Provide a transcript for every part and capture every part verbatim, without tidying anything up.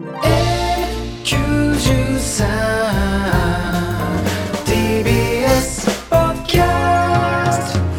きゅうじゅうさん ティービーエス ポッドキャスト。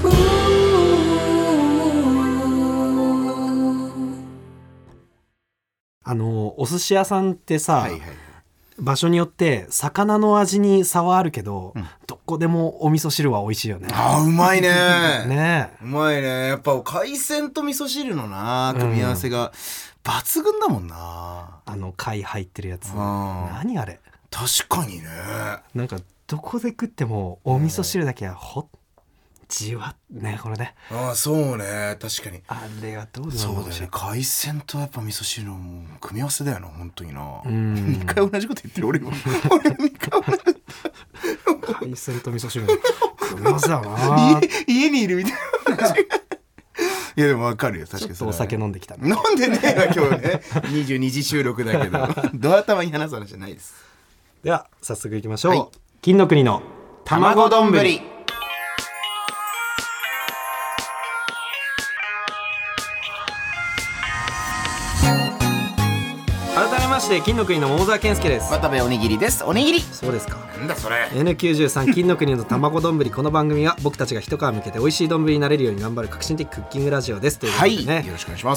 あのお寿司屋さんってさ、 はいはい、 場所によって魚の味に差はあるけど、 うん、 どこでもお味噌汁は美味しいよね。 あーうまいねねうまいね。やっぱ海鮮と味噌汁のな組み合わせが抜群だもんな、 あの貝入ってるやつ、 うん、 何あれ。 確かにね。 なんかどこで食ってもお味噌汁だけはほっじわね、これね。 ああそうね、確かにあれがどうでもそうだ美味しいよね。海鮮とやっぱ味噌汁の組み合わせだよな本当にな。 うんにかい同じこと言ってる俺も俺にかい同じ海鮮と味噌汁の組み合わせだな家, 家にいるみたいないやでも分かるよ、確かにちょっとお酒飲んできたね。 飲んでねえな今日ねにじゅうにじ収録だけどドア頭に話す話じゃないです。 では早速いきましょう、 はい、 金の国の卵丼ぶり。改めまして金の国の桃沢健介です。 渡部おにぎりです。おにぎりそうですか。 なんだそれ。 エヌきゅうじゅうさん 金の国の卵丼ぶり。この番組は僕たちが一皮向けて美味しい丼になれるように頑張る革新的クッキングラジオですということでね、 はい、よろしくお願いします。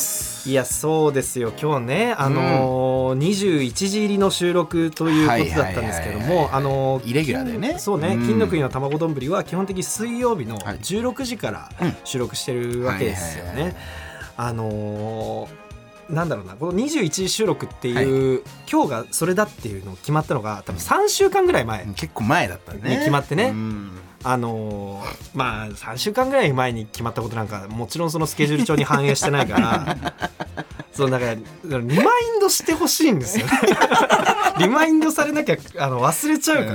いやそうですよ、今日ねあのーうん、にじゅういちじ入りの収録ということだったんですけども、あのー、 イレギュラーだよね。 そうね、 うん、 金の国の卵丼ぶりは基本的に水曜日のじゅうろくじから収録してるわけですよね。あのーなんだろうな、このにじゅういちじ収録っていう、はい、今日がそれだっていうのを決まったのが多分さんしゅうかんぐらい前、 うん、結構前だったね。 決まってね、 うん、 あのー、まあさんしゅうかんぐらい前に決まったことなんかもちろんそのスケジュール帳に反映してないからそうだからリマインドしてほしいんですよリマインドされなきゃあの忘れちゃうから。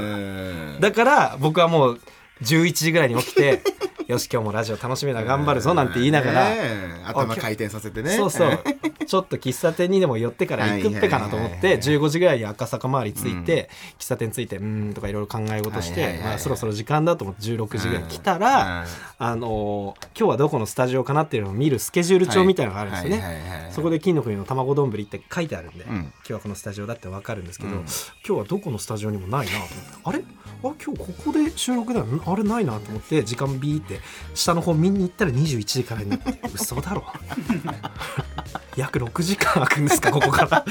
だから僕はもうじゅういちじぐらいに起きてよし今日もラジオ楽しみな頑張るぞなんて言いながら、 ね、頭回転させてね。 そうそうちょっと喫茶店にでも寄ってから行くっぺかなと思ってじゅうごじぐらいに赤坂周り着いて、うん、喫茶店着いてうーんとかいろいろ考え事して、まあ、そろそろ時間だと思ってじゅうろくじぐらいに来たら、あのー、今日はどこのスタジオかなっていうのを見るスケジュール帳みたいなのがあるんですよね。そこで金の国の卵丼ぶりって書いてあるんで、うん、今日はこのスタジオだって分かるんですけど、うん、今日はどこのスタジオにもないなと思ってあれあ今日ここで収録だよあれないなと思って時間ビーって下の方見に行ったらにじゅういちじからになって嘘だろ約ろくじかん空くんですかここから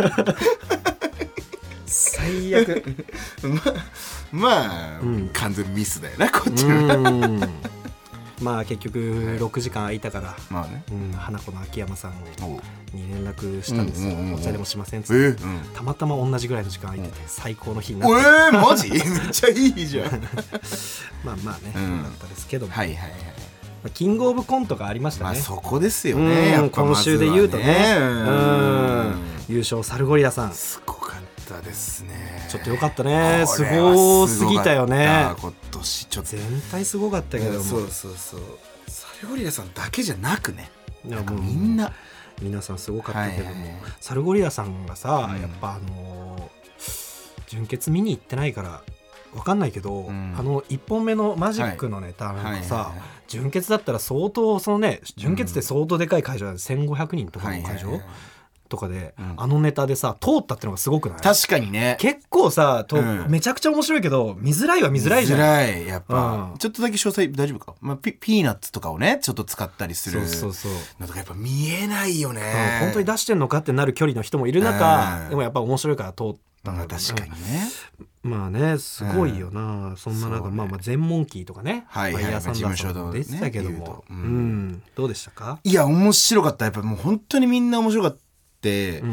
最悪ま, まあ、うん、完全ミスだよなこっちは。 まあ結局ろくじかん空いたから、 まあねうん、花子の秋山さんに連絡したんですよ、お茶でもしませんっつって、 えーうん、 たまたま同じぐらいの時間空いてて、うん、最高の日になってえー、マジめっちゃいいじゃんまあまあね、うん、だったですけども、 はいはいはい、 キングオブコントがありましたね。 まあ、そこですよね、やっぱ今週で言うとね、 うんうん優勝サルゴリラさんすごかったですね。 ちょっとよかったね。すごすぎたよね。 今年ちょっと全体すごかったけども、 そうそうそうサルゴリラさんだけじゃなくね、なんかみんな皆さんすごかったけども、はいはいはい、サルゴリラさんがさ、うん、やっぱあのー、純潔見に行ってないから分かんないけど、うん、あのいっぽんめのマジックのネタなんかさ、はいはいはいはい、純潔だったら相当そのね純潔って相当でかい会場なんで、うん、せんごひゃくにんとかの会場、はいはいはいとかで、うん、あのネタでさ通ったってのがすごくない？ 確かにね。 結構さと、うん、めちゃくちゃ面白いけど見づらいは見づらいじゃん。見づらいやっぱ、うん、ちょっとだけ詳細大丈夫か、まあ、ピ, ピーナッツとかをねちょっと使ったりするそうそうそうのとかやっぱ見えないよね、 うん、本当に出してんのかってなる距離の人もいる中、うん、でもやっぱ面白いから通ったんだ、 うん、確かにね、 まあねすごいよな、うん、そんななんか、ね、まあまあ全モンキーとかね、 はいはい、 バイヤーサンダーさんも出てたけども、ね、うんうん、どうでしたか？ いや面白かった。やっぱもう本当にみんな面白かった。うん、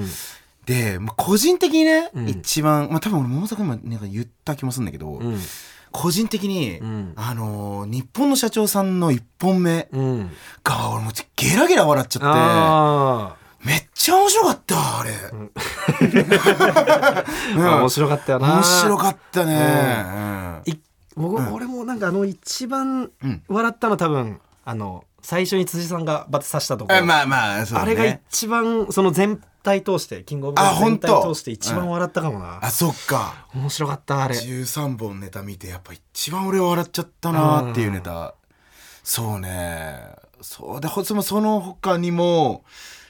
で個人的にね、うん、一番、まあ、多分俺桃坂今なんか言った気もするんだけど、うん、個人的に、うん、あのー、日本の社長さんの一本目が、うん、俺もうゲラゲラ笑っちゃってめっちゃ面白かったあれ、うんうん、面白かったよな。 面白かったね、 うんうん、僕、うん、俺もなんかあの一番笑ったの多分あの最初に辻さんがバッて刺したところ、 まあまあそうね、 あれが一番その全体通してキングオブコント全体通して一番笑ったかもな。 あ, あそっか面白かったあれ。 じゅうさんぼんネタ見てやっぱ一番俺は笑っちゃったなっていうネタ、うん、そうねそうでその他にも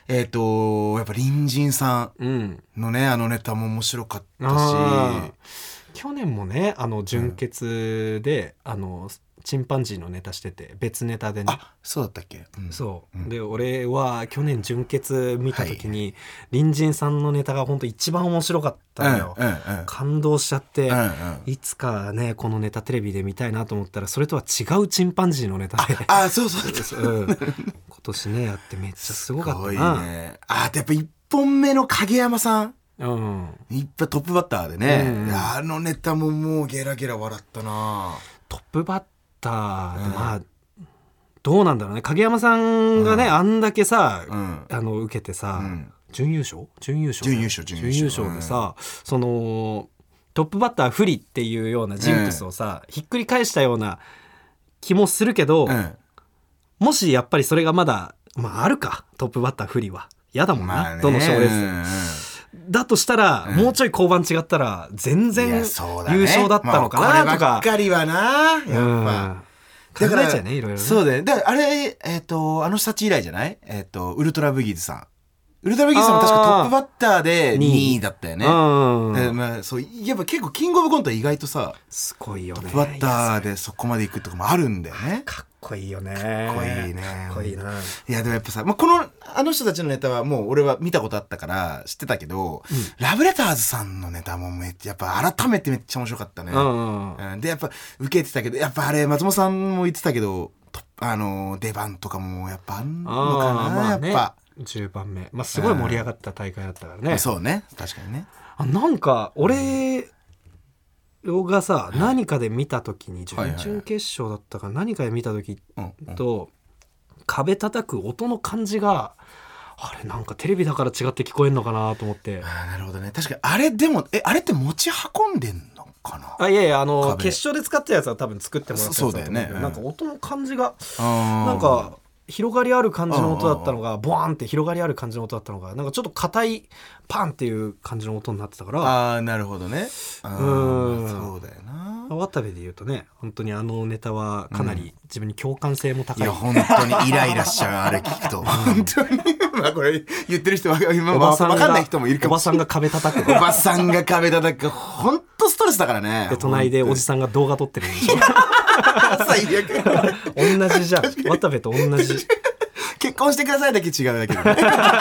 えっ、ー、とやっぱ隣人さんのね、うん、あのネタも面白かったし、 去年もねあの純潔で、うん、あのチンパンジーのネタしてて別ネタでね。 あ、そうだったっけ、うん、 そう、 うん、 で俺は去年純潔見た時に、はい、隣人さんのネタが本当一番面白かったのよ、うんうんうん、感動しちゃって、うんうん、いつかねこのネタテレビで見たいなと思ったらそれとは違うチンパンジーのネタでああそうそうそう、うん、 今年ねやってめっちゃすごかったな。すごいね。あやっぱいっぽんめの影山さん、 うん、 いっぱいトップバッターでね、うんうん、あのネタももうゲラゲラ笑ったな。 トップバッターうん、まあどうなんだろうね。影山さんがね、うん、あんだけさ、うん、あの受けてさ、うん、準優勝準優勝準優勝準優勝でさ、うん、そのトップバッター不利っていうようなジンクスをさ、うん、ひっくり返したような気もするけど、うん、もしやっぱりそれがまだ、まあ、あるかトップバッター不利はやだもんな、まあ、どの賞レース、うん、だとしたら、うん、もうちょい降板違ったら全然優勝だったのかなとか、 こればっかりはなやっぱ、 うん考えちゃうね、いろいろね。 そうだね。だからあれ、えっ、ー、と、あの人たち以来じゃない？えっ、ー、と、ウルトラブギーズさん。ウルトラブギーズさんも確かトップバッターでにいだったよね。でまあ、そうやっぱ結構キングオブコントは意外とさ、 すごいよね。 トップバッターでそこまで行くとかもあるんだよね。 かっこいいよね。 かっこいいね。 かっこいいな。 いやでもやっぱさ、まあ、このあの人たちのネタはもう俺は見たことあったから知ってたけど、うん、ラブレターズさんのネタもめっちゃやっぱ改めてめっちゃ面白かったね。うんうん、でやっぱ受けてたけど、やっぱあれ松本さんも言ってたけど。あの出番とかもやっぱあんのかな、まあね、やっぱじゅうばんめ、まあ、すごい盛り上がった大会だったからね。 そうね、確かにね。 あなんか俺がさ、うん、何かで見た時に準々決勝だったか何かで見た時と、はいはい、壁叩く音の感じがあれなんかテレビだから違って聞こえんのかなと思って。 あなるほどね。確かにあれでもえあれって持ち運んでんのかな。 あいやいやあの決勝で使ったやつは多分作ってもらったやつだと思うけど、 そうだよね、うん、 なんか音の感じがなんか広がりある感じの音だったのがボワンって広がりある感じの音だったのがなんかちょっと硬いパンっていう感じの音になってたから。 ああなるほどね。うんそうだよな。 渡部で言うとね本当にあのネタはかなり自分に共感性も高い、 うん、いや本当にイライラしちゃうあれ聞くと本当にまあこれ言ってる人は今分かんない人もいるかもしれない。 おばさんが壁叩くおばさんが壁叩く本当ストレスだからね。 で隣でおじさんが動画撮ってるんでしょ最悪同じじゃん渡部と同じ結婚してくださいだけ違うだけどね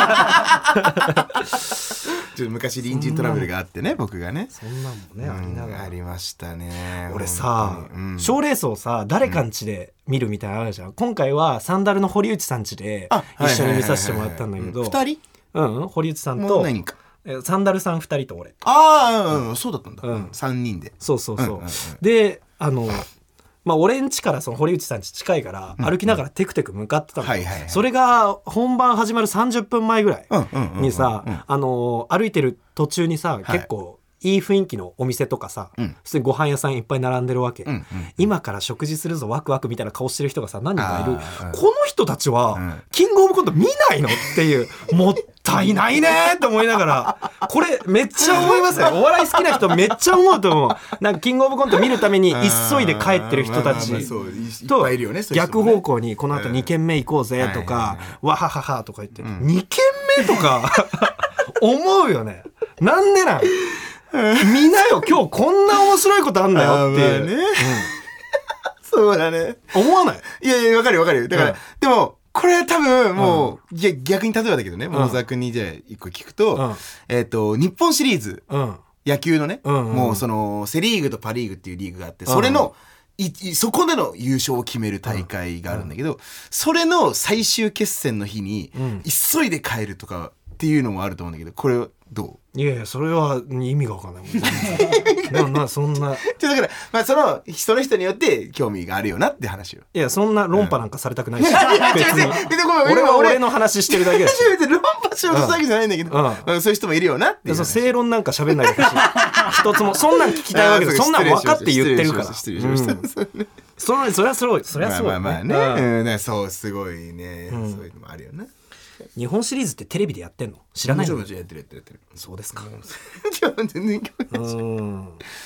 ちょっと昔隣人トラブルがあってね僕がねそんなんもね、うん、ありながらありましたね。 俺さ賞、うん、レースをさ誰かんちで見るみたいなのあるじゃん、うん、今回はサンダルの堀内さんちで一緒に見させてもらったんだけどふたりうん堀内さんと何かサンダルさんふたりと俺ああ、うん、そうだったんだ、うん、さんにんでそうそうそう、うんうんうん、であのまあ、俺ん家からその堀内さん家近いから歩きながらテクテク向かってたの、うんうんはいはいはい、それが本番始まるさんじゅっぷんまえぐらいにさ歩いてる途中にさ、はい、結構いい雰囲気のお店とかさ、うん、普通にご飯屋さんいっぱい並んでるわけ、うんうん、今から食事するぞワクワクみたいな顔してる人がさ何人かいる、うん、この人たちは、うん、キングオブコント見ないのっていうもったいないねって思いながらこれめっちゃ思いますよ。お笑い好きな人めっちゃ思うと思う。なんかキングオブコント見るために急いで帰ってる人たちと逆方向にこの後に軒目行こうぜとかわはははとか言ってに軒目とか思うよね。なんでなんみんなよ今日こんな面白いことあんだよっていう、ねうん、 そうだね思わない。 いやいやわかるよわかるよだから、うん、でもこれ多分もう、うん、逆に例えばだけどね桃沢君にじゃあ一個聞くと、うん、えっ、ー、と日本シリーズ、うん、野球のね、うんうん、もうそのセリーグとパリーグっていうリーグがあってそれの、うん、いそこでの優勝を決める大会があるんだけど、うん、それの最終決戦の日に、うん、急いで帰るとかっていうのもあると思うんだけどこれどう？ いやいやそれは意味が分かんないもんななそんなだから、まあ、そのその人によって興味があるよなって話を。 いやそんな論破なんかされたくないし、うん、別に俺は俺の話してるだけだし論破しようとしたわけじゃないんだけど、うんまあ、そういう人もいるよなっていう話。 正論なんか喋んないでほしい一つもそんなん聞きたいわけでそんなん分かって言ってるから失礼しました、うん、 それそれはすごいそれはすごい、ね、 まあまあまあね、うんうん、そうすごいね、うん、そういうのもあるよな。 日本シリーズってテレビでやってんの知らないの？ もちろんやってるやってるやってる。 そうですか。 全然興味ない。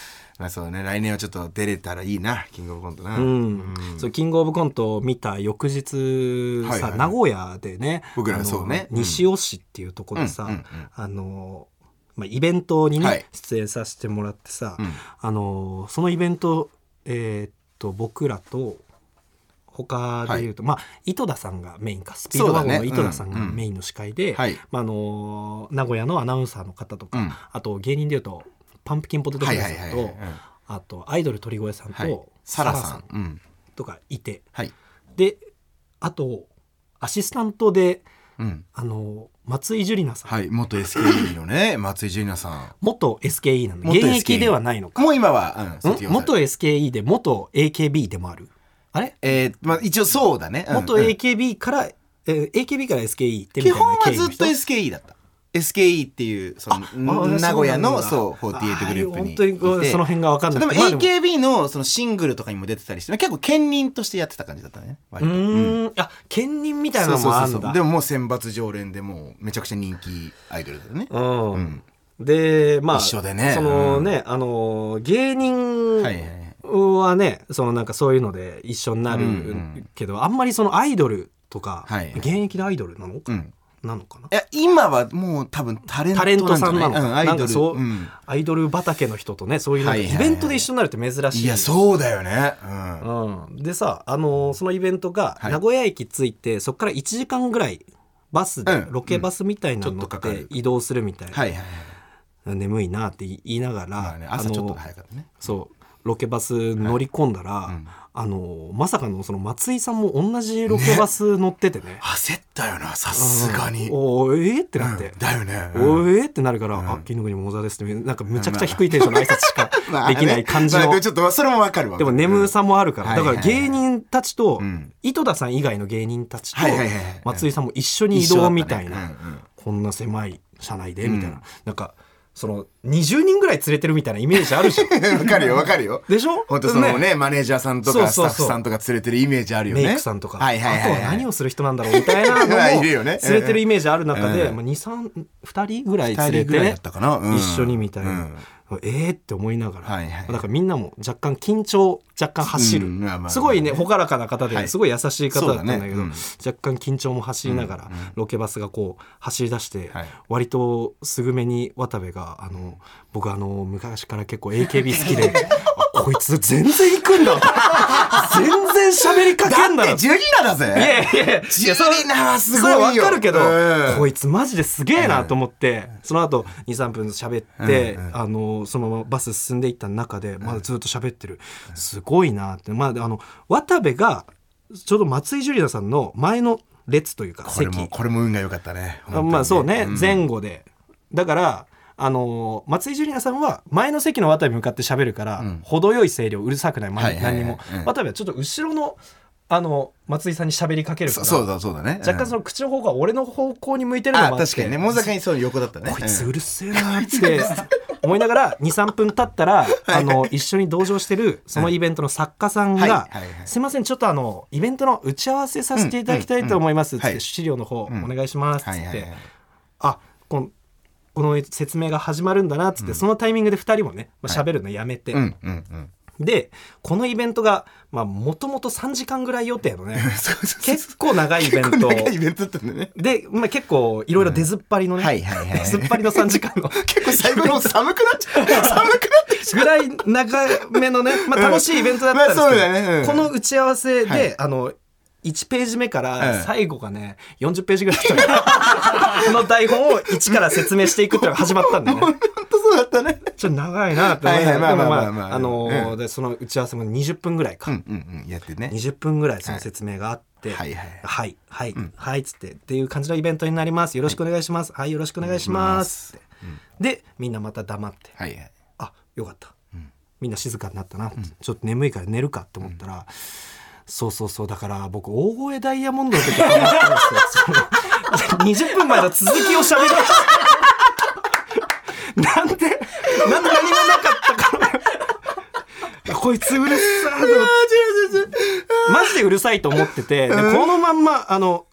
まあそうね、来年はちょっと出れたらいいな、キングオブコントな。 うんうんそうキングオブコントを見た翌日さ、 はいはい名古屋でね僕らあのそうねうん西尾市っていうところでさ、 うんうんうんあのまあ、イベントにね、 はい出演させてもらってさ、 うんあのそのイベント、えーっと僕らと他でいうと、まあ井戸田さんがメインかスピードワゴンの井戸田さんがメインの司会で、 はいまあ、あの名古屋のアナウンサーの方とか、 うんあと芸人でいうとパンプキンポテトフライさんはいはいはいはいとあとアイドル鳥越さんと、 はいサラさんサラうんとかいて、 はいであとアシスタントでうんあの松井樹里奈さん、 はい元 エスケーイー のね松井樹里奈さ元 エスケーイー なの元現エスケーイー役ではないのかんもう今は、うん、 ん卒業され元 エスケーイー で元 エーケービー でもあるあれ、 えーまあ、一応そうだね、うん元うんエーケービー から、えー、エーケービー から エスケーイー ってみ基たいな本はずっと経緯の人エスケーイー だった エスケーイー っていうそのあ名古屋のそそううなんだフォーティーエイトグループにあー本当にこういてその辺が分かんなでもくてまあでもエーケービー のそのシングルとかにも出てたりして結構兼任としてやってた感じだったねう割とーんあ兼任みたいなそうそうのもあるんだそうそうでももう選抜常連でもうめちゃくちゃ人気アイドルだよねうんうんでまあ一緒でねそのね、あの芸人はいはいはいはねそのなんかそういうので一緒になるうんうんけど、あんまりそのアイドルとか、 はい現役でアイドルなのか、 うんなのかないや今はもう多分タレントタレントさんなのか、 うんアイドルなんかそう、 うんアイドル畑の人とねそういうなんかはいはいはいイベントで一緒になるって珍しい、 いやそうだよねうんうん、でさ、あのーそのイベントがはい名古屋駅着いて、そこからいちじかんぐらいバスで、 うんロケバスみたいなの乗っちょっとかかるて移動するみたいな、 はいはいはい眠いなって言いながら、 まあね朝ちょっとあの早かったねそうロケバス乗り込んだら、 はいうんあのまさかのその松井さんも同じロケバス乗っててね焦ったよなさすがにうんおーえーってなって、 うんだよねおーえーってなるから、 うんあ絹国桃沢ですってなんかむちゃくちゃ低いテンションの挨拶しかまあできない感じの、 まあねまあちょっとそれもわかるわでも眠さもあるから、 うんだから芸人たちと、 うん井戸田さん以外の芸人たちと、 はいはいはいはい松井さんも一緒に移動みたいな、 一緒だったねうんうんこんな狭い車内でみたいな、 うんなんかそのにじゅうにんぐらい連れてるみたいなイメージあるじゃんわかるよわかるよでしょ本当そのねマネージャーさんとかスタそうそうそうッフさんとか連れてるイメージあるよねメイクさんとか、 はいはいはいはいあとは何をする人なんだろうみたいなのまあいもるよね連れてるイメージある中で、 うんまあ、にさん ふたりぐらい連れ二人ぐらいだてったかなうん一緒にみたいな、 うんえーって思いながら、 はいはいだからみんなも若干緊張若干走る、 うんまあまあまあすごいね朗らかな方はいですごい優しい方だったんだけど、 そうだねうん若干緊張も走りながら、 うんうんロケバスがこう走り出して、 はい割とすぐめに渡部があの僕あの昔から結構 エーケービー 好きであこいつ全然行くんだ全然喋りかけんだなだってジュリナだぜいやいやいやジュリナはすそれごいよわかるけど、 うんこいつマジですげえなと思って、その後にさんぷん喋って、 うんうんあのそのままバス進んでいった中でまだずっと喋ってる、すごいなって、まあ、あの渡部がちょうど松井樹里奈さんの前の列というかこれ席もこれも運が良かったねあまあそうね、 ん前後でだからあの松井樹里奈さんは前の席の渡部に向かって喋るから、 うん程よい声量うるさくない、まはいはいはい何にも、 うん渡部はちょっと後ろのあの松井さんに喋りかけるからそそうだそうだね若干その口の方が俺の方向に向いてるのもあってあ確かにね桃坂にそう横だったねこいつうんうるせえなって思いながらにさんぷん経ったらあの一緒に同乗してるそのイベントの作家さんはいがはいはい 「すいませんちょっとあのイベントの打ち合わせさせていただきたいと思います」っつってうんうん資料の方おうん願いしますっつってはいはいはいあこのこの説明が始まるんだなっつってそのタイミングでふたりもねまあ喋るのやめてうんうんうんでこのイベントがもともとさんじかんぐらい予定のねそうそうそう結構長いイベント結構長いイベントだったんだねで、まあ、結構いろいろ出ずっぱりのね、 うんはいはいはい出ずっぱりのさんじかんの結構最後の寒くなっちゃう寒くなってきちゃぐらい長めのね、まあ、楽しいイベントだったんですけど、 まあそうだねうんこの打ち合わせで、 はいあのいちページ目かうんら最後がねよんじゅっページぐらいだったのこの台本を一から説明していくっていうのが始まったんだよねう本当そうだったねちょっと長いなって思いながらはいはいでもまあまあまあまああのーうんでその打ち合わせもにじゅっぷんぐらいか、 うんうんうんやってねにじゅっぷんぐらいその説明があって、 はいはいはいはい、 んはいっつってっていう感じのイベントになりますよろしくお願いしますはい、よろしくお願いしますって、でみんなまた黙ってはいはいあよかった、みんな静かになったな、ちょっと眠いから寝るかって思ったら、そうそうそうだから僕大声ダイヤモンドの時ハマったんですよそのにじゅっぷんまえの続きを喋りなんでなんで何もなかったかこいつうるさいと思ってマジでうるさいと思っててでこのまんまあの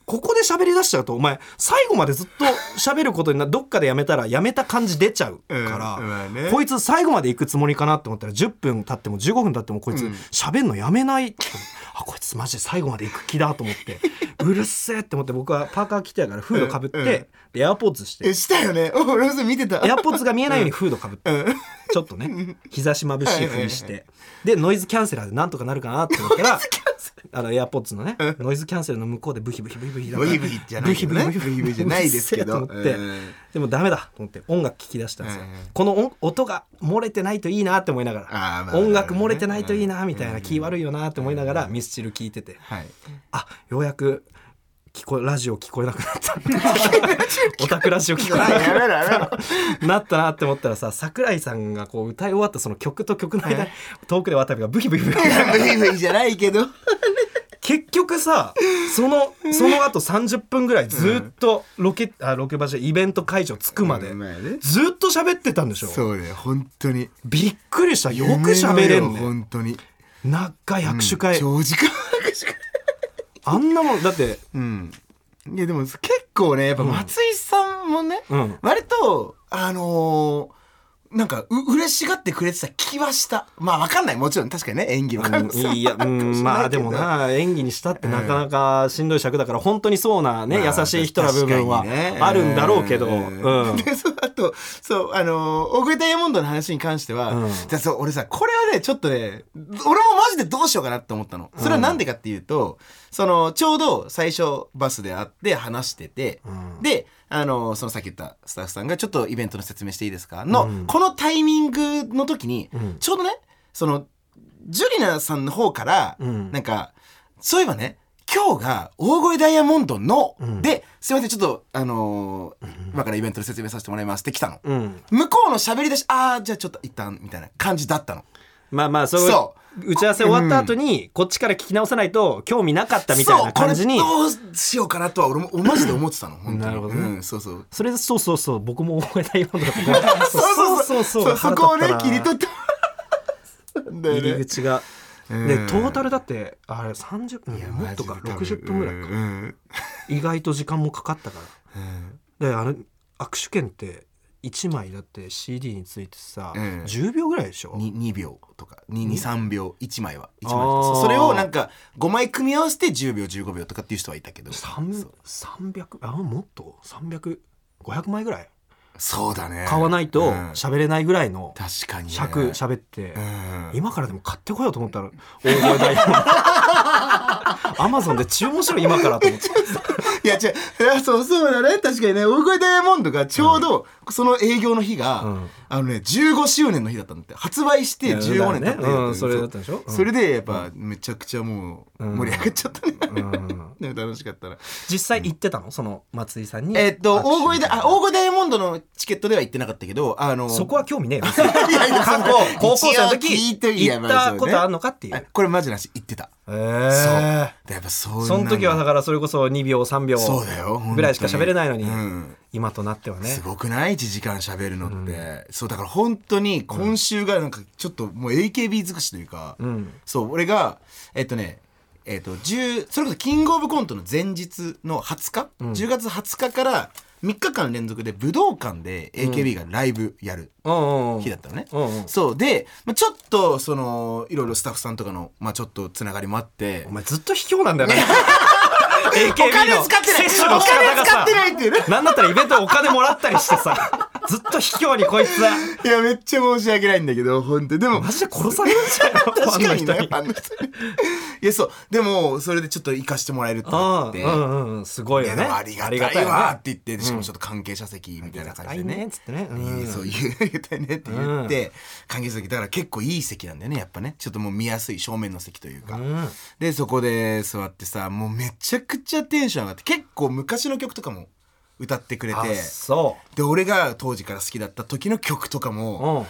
ここで喋り出しちゃうとお前最後までずっと喋ることになどっかでやめたらやめた感じ出ちゃうから、 うんまあね、 こいつ最後まで行くつもりかなって思ったらじゅっぷん経ってもじゅうごふん経ってもこいつ喋んのやめない、うん、あこいつマジで最後まで行く気だと思ってうるせえって思って僕はパーカー着てやからフードかぶって、うんうん、エアポッズしてえしたよね俺も見てたエアポッズが見えないようにフードかぶって、うん、ちょっとね日差し眩しいふりしてでノイズキャンセラーでなんとかなるかなって思ったらあのエアポッズのねノイズキャンセルの向こうでブヒブヒブヒブヒブヒブヒじゃないけどねブヒブヒじゃないですけどってでもダメだと思って音楽聴き出したんですよこの音が漏れてないといいなって思いながら音楽漏れてないといいなみたいな気悪いよなって思いながらミスチル聴いててあようやく聞こえラジオ聞こえなくなったオタクラジオ聞こえなくなったなったなって思ったらさ桜井さんがこう歌い終わったその曲と曲の間遠くで渡部がブヒブヒブヒブヒブヒじゃないけど結局さそのその後さんじゅっぷんぐらいずっとロケ、うん、あロケ場所イベント会場着くまでずっと喋ってたんでしょ。 そうね本当にびっくりしたよく喋れんね本当に長い握手会、 うん、長時間握手会あんなもんだって、 うん、いやでも結構ねやっぱ松井さんもね、うん、割とあのー、なんかう嬉しがってくれてた気はした。まあ分かんないもちろん確かにね演技の可能性は、うん、いや、うん、 まあでもな演技にしたってなかなかしんどい尺だから本当にそうなね、まあ、優しい人な部分はあるんだろうけど、うん、 でそうあとそうあのー、大食いダイヤモンドの話に関しては、うん、じゃそう俺さこれはねちょっとね俺もマジでどうしようかなって思ったの。それはなんでかっていうと、うん、そのちょうど最初バスで会って話してて、うん、であのそのさっき言ったスタッフさんがちょっとイベントの説明していいですかの、うん、このタイミングの時に、うん、ちょうどねそのジュリナさんの方から、うん、なんかそういえばね今日が大声ダイヤモンドの、うん、ですいませんちょっとあのーうん、今からイベントで説明させてもらいますって来たの、うん、向こうの喋り出しああじゃあちょっと一旦みたいな感じだったの。 まあまあそうそう打ち合わせ終わった後に、うん、こっちから聞き直さないと興味なかったみたいな感じにそうこれどうしようかなとは俺もマジで思ってたの本当になるほどね、 うん、そうそうそれそうそうそう僕も大声ダイヤモンドだったそうそうそうそうそこをね切り取って入り口がでトータルだってあれさんじゅっぷんもっとかろくじゅっぷんぐらいか、うん、意外と時間もかかったから、うん、であれ握手券っていちまいだって シーディー についてさ、うん、じゅうびょうぐらいでしょに, にびょうとかにさんびょういちまいはいちまいそれをなんかごまい組み合わせてじゅうびょうじゅうごびょうとかっていう人はいたけどさんびゃくあもっとさんびゃく ごひゃくまいぐらいそうだね買わないと喋れないぐらいの確かに尺喋って、うん、今からでも買ってこようと思ったら大声ダイヤモンドアマゾンで注文しろ今からと思っていや違ういやそうそうだね確かにね大声ダイヤモンドがちょうどその営業の日が、うん、あのねじゅうごしゅうねんの日だったんだって発売してじゅうごねん経って、ねうん、それだったでしょ、 うん、それでやっぱめちゃくちゃもう盛り上がっちゃったね、うん、楽しかったな。 実際行ってたのその松井さんにえー、っと大声だあ大声ダイヤモンドのチケットでは行ってなかったけどあのそこは興味ねえよいやいや過去高校生の時行ったことあるのかっていう、 ね、これマジなし行ってたえー、そうやっぱそうその時はだからそれこそにびょうさんびょうぐらいしか喋れないのに、 うん、 今となってはねすごくないいちじかん喋るのって、うん、そうだから本当に今週がなんかちょっともう エーケービー 尽くしというか、うん、そう俺がえっとねえっとじゅうそれこそキングオブコントの前日のはつか、うん、じゅうがつはつかからみっかかん連続で武道館で エーケービー がライブやる日だったのね、うんうんうん、そうで、まあ、ちょっとそのいろいろスタッフさんとかの、まあ、ちょっとつながりもあってお前ずっと卑怯なんだよねエーケービー の摂取の仕方がさなんだったらイベントでお金もらったりしてさずっと卑怯にこいつはいやめっちゃ申し訳ないんだけど本当でもマジで殺されるんじゃないの確かにねファンの人にいやそうでもそれでちょっと行かしてもらえるってなって、 うんうん、すごいよねありがたいわって言って、しかもちょっと関係者席みたいな感じでね、 うん、つってね、うん、 そう言うてねって言って、うん、関係者席だから結構いい席なんだよねやっぱねちょっともう見やすい正面の席というか、うん、でそこで座ってさもうめちゃくちゃテンション上がって結構昔の曲とかも歌ってくれてそうで俺が当時から好きだった時の曲とかも、うん、ぶわ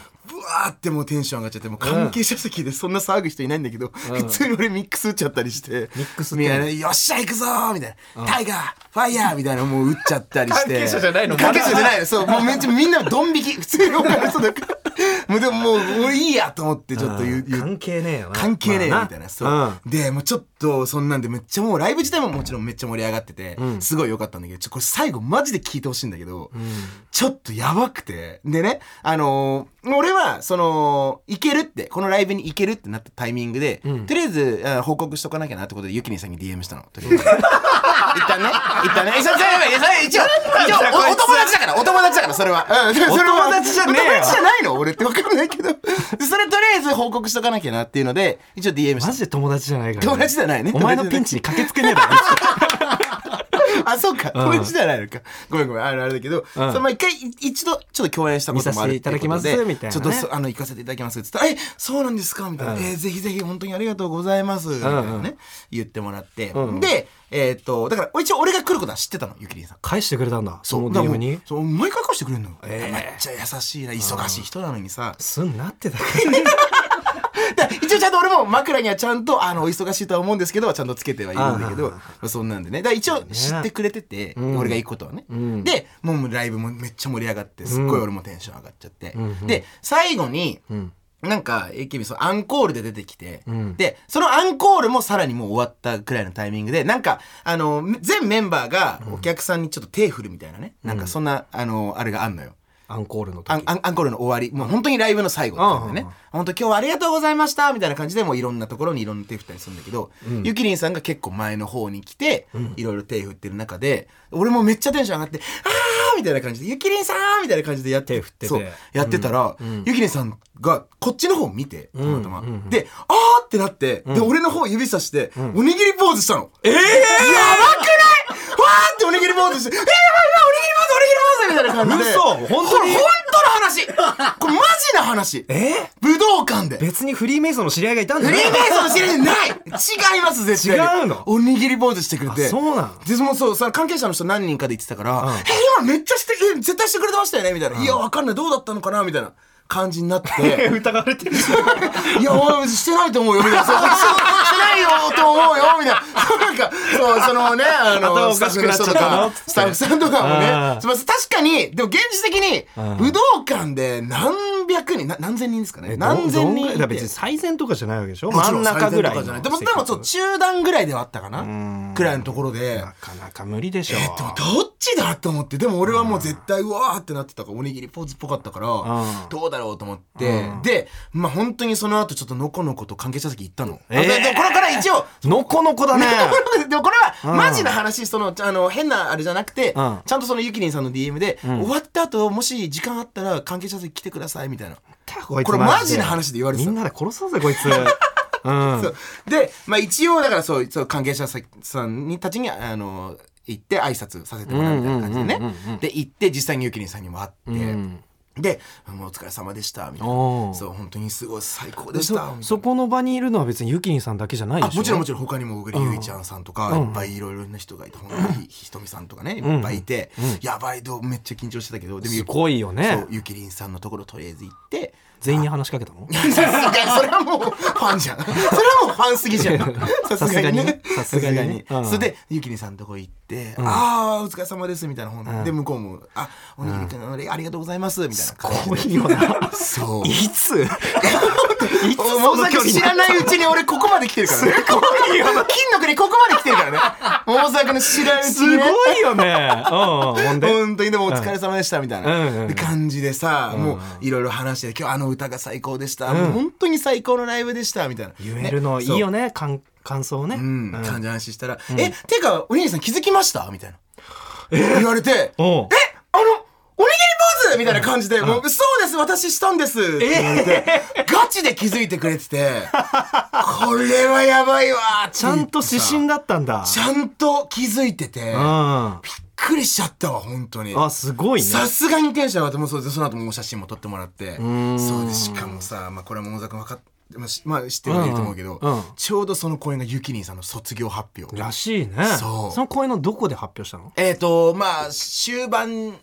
ーってもうテンション上がっちゃって、もう関係者席でそんな騒ぐ人いないんだけど、うん、普通に俺ミックス打っちゃったりして、 ミックスみたいな、よっしゃ行くぞーみたいな、うん、タイガーファイヤーみたいなもう打っちゃったりして、 関係者じゃないの、 関係者じゃないの、そうもうめっちゃみんなドン引き、普通に他の人だからもうでももう俺いいやと思ってちょっと言う、 関係ねえよな、 関係ねえみたいな、そう、うん、でもうちょっとそんなんでめっちゃもうライブ自体ももちろんめっちゃ盛り上がってて、うん、すごい良かったんだけど、ちょこれ最後マジで聞いてほしいんだけど、うん、ちょっとやばくて、でね、あのー、俺はその行けるってこのライブに行けるってなったタイミングで、うん、とりあえず報告しとかなきゃなってことでゆきりんさんに ディーエム したの。とりあえず一旦ね一旦ね一応一応お友達だからお友達だからそれは、うん、それはお友達じゃねえよ、 お友達じゃないの俺って分かんないけどそれとりあえず報告しとかなきゃなっていうので一応 ディーエム した。 マジで友達じゃないから、ね、 友達じゃないね。 お前のピンチに駆けつけねえだろあ、そうか、友達じゃないのか、ごめんごめん、あれあれだけど、うん、そのまあ一回一度ちょっと共演したこともあるっていうことで、 みたいなね、 ちょっとあの行かせていただきますって言ったら、え、そうなんですかみたいな、うん、えー、ぜひぜひ本当にありがとうございますみたいなね、うんうん、言ってもらって、うん、で、えー、っとだから一応俺が来ることは知ってたの、ゆきりんさん。 返してくれたんだ、 そのディーエム に。 そう、毎回返してくれるの、 えー、 めっちゃ優しいな、忙しい人なのにさ、 すんなってた一応ちゃんと俺も枕にはちゃんとあのお忙しいとは思うんですけどちゃんとつけてはいるんだけど、まあ、そんなんでね、だから一応知ってくれてて、ね、俺が行くことはね、うん、でもうライブもめっちゃ盛り上がってすっごい俺もテンション上がっちゃって、うん、で最後に、うん、なんか エーケービー そのアンコールで出てきて、うん、でそのアンコールもさらにもう終わったくらいのタイミングでなんかあの全メンバーがお客さんにちょっと手振るみたいなね、うん、なんかそんなあのあれがあんのよ、 アンコールの時、 アン、アンコールの終わり、もう本当にライブの最後っていうね、本当今日はありがとうございましたみたいな感じでもういろんなところにいろんな手振ったりするんだけど、うん、ゆきりんさんが結構前の方に来て、いろいろ手振ってる中で、俺もめっちゃテンション上がって、あーみたいな感じで、ゆきりんさんみたいな感じでやって、 手振ってて、 そう、やってたら、うん、ゆきりんさんがこっちの方を見て、たまたま。うんうんうん、で、あーってなって、うん、で、俺の方指さして、うん、おにぎりポーズしたの。えー、やばくないわーっておにぎりポーズして、えー、やばいやばい、おにぎりポーズ、おにぎりポーズみたいな感じで。 嘘、本当に？ 本当の話これマジな話。え武道館で。 別にフリーメイソンの知り合いがいたんだよ。 フリーメイソンの知り合いない違います、絶対。 違うの？ おにぎりポーズしてくれて。 そうなの？ でもそう、その関係者の人何人かで言ってたから、うん、え、今めっちゃして、え、絶対してくれてましたよねみたいな。うん、いや、わかんない。どうだったのかなみたいな。感じになって疑われてるいやしてないと思うよみたいな、そうしてないよと思うよみたいな、なんかそうそのねあのスタッフの人とかスタッフさんとかもね、確かにでも現実的に武道館で何百人何千人ですかね、何千人いて、 別に最前とかじゃないわけでしょ、真ん中ぐらいの、 でもでもそう中段ぐらいではあったかなくらいのところで、 なかなか無理でしょ。 えでもどっちだと思って、でも俺はもう絶対うわーってなってたから、おにぎりポーズっぽかったからどうだろうと思って、うん、でまあ本当にその後ちょっとのこのこと関係者席行ったの、えー、でこれから一応のこのこだねでもこれはマジな話、そのあの変なあれじゃなくて、うん、ちゃんとそのゆきりんさんの ディーエム で、うん、終わった後もし時間あったら関係者席来てくださいみたいな、これマジな話で言われてた。 みんなで殺そうぜこいつうん、 そうで、まあ、一応だからそうそう関係者さんにたちにあの行って挨拶させてもらうみたいな感じでね、で行って実際にゆきりんさんにも会って、うんでもうお疲れ様でしたみたいな、そう本当にすごい最高でした。 そ, そこの場にいるのは別にゆきりんさんだけじゃないでしょ。 あもちろんもちろん他にも小栗ゆいちゃんさんとか、うん、いっぱいいろいろな人がいて、本当にひとみさんとかねいっぱいいて、うんうん、やばいどうめっちゃ緊張してたけど、でもすごいよね。 そうゆきりんさんのところとりあえず行って全員に話しかけたの？ それはもうファンじゃん。それはもうファンすぎじゃん。さすがにね。さすがに。うん、それでゆきりんさんのとこ行って、うん、ああお疲れ様ですみたいな本、うん、で向こうもあおにぎりくん、うん、ありがとうございますみたいな感じで。 すごいよな。 そう。 いつ？いつその距離知らないうちに俺ここまで来てるからね。すごいよな。金の国ここまで来てるからね。大阪の知らないうちに、ね。 すごいよね。うん。ほんで本当にでもお疲れ様でしたみたいな感じでさ、もういろいろ話して今日あの歌が最高でした、うん、もう本当に最高のライブでしたみたいな言えるのいいよね、感想をね、 うんうん、感じ話したら、うん、えてかおにぎりさん気づきましたみたいな、え言われてえあのおにぎりポーズみたいな感じで、もうそうです私したんですって言われて、えー、ガチで気づいてくれててこれはやばいわってちゃんと指針だったんだ。 ちゃんと気づいてて、うんびっくりしちゃったわ本当に。 あすごいね。 さすがにテンション上がって、もうそうでその後も写真も撮ってもらって、そうでしかもさ、まあ、これは桃沢君分かってまあ知ってる人いると思うけど、うんうん、ちょうどその公演がゆきりんさんの卒業発表らしいね。そうその公演のどこで発表したの？ えっ、ー、とまあ終盤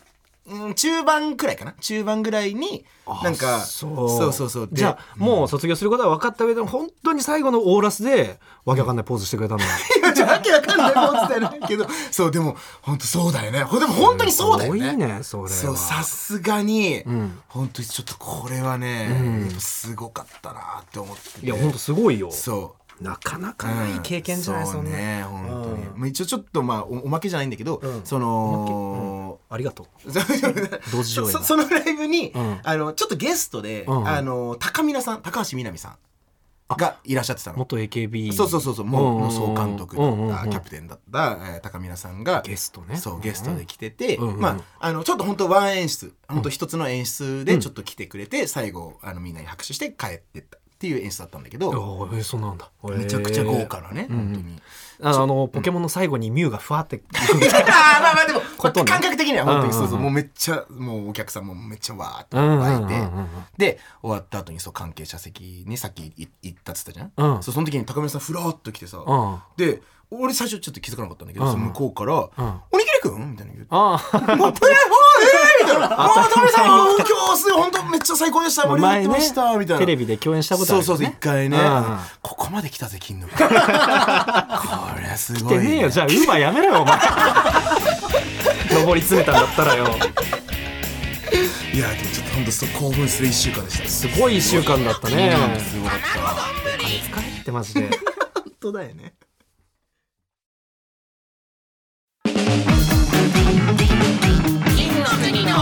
うん、中盤くらいかな中盤ぐらいになんかそうそうそうそうじゃあ、うん、もう卒業することは分かった上でも本当に最後のオーラスでわけわかんないポーズしてくれたんだ。 いやじゃわけわかんないポーズだよねけどそうでも本当そうだよねでも本当にそうだよね。 すごいねそれは。 そうさすがに、うん、本当にちょっとこれはね、うん、すごかったなって思って、ね、 いや本当すごいよ。 そうなかなかない経験じゃない、うん、 そうね本当に、うん、一応ちょっとまあ お, おまけじゃないんだけど、うん、その、 うん、ありがとう同時上映そ, そのライブに、うん、あのちょっとゲストで、うん、あの高見菜さん高橋みなみさんがいらっしゃってたの。 元 エーケービーそうそうそうそうもう、うん、総監督だった、うんうん、キャプテンだった、えー、高見菜さんがゲストねそうゲストで来てて、 うんうん、 まああのちょっと本当ワン演出本当一つの演出でちょっと来てくれて、うん、最後あのみんなに拍手して帰ってったっていう演出だったんだけど、 えー、そうなんだめちゃくちゃ豪華なね、本当にあのポケモンの最後にミュウがふわってあまあまあでも感覚的には本当にそうそうもうめっちゃもうお客さんもめっちゃわーって湧いてで終わった後にそう関係者席にさっき行ったっつったじゃん、うん、そうその時に高見さんふらーっと来てさ、うん、で俺最初ちょっと気づかなかったんだけど、うん、その向こうから、うん、おにぎりくんみたいな言うああもうえー、えー、みたいなあ高見さん今日すごい本当めっちゃ最高でした盛り上がってました、ね、みたいなテレビで共演したことある、ね、 そうそうそう一回ね、うん、ここまで来たぜ金のこれすごい、ね、 来てねえよじゃあウーバーやめろよお前上り詰めたんだったらよいやでもちょっと本当そう興奮するいっしゅうかんでした。 すごいいっしゅうかんだったね。 すごかった。 お金使えってマジで本当だよね。 金の国の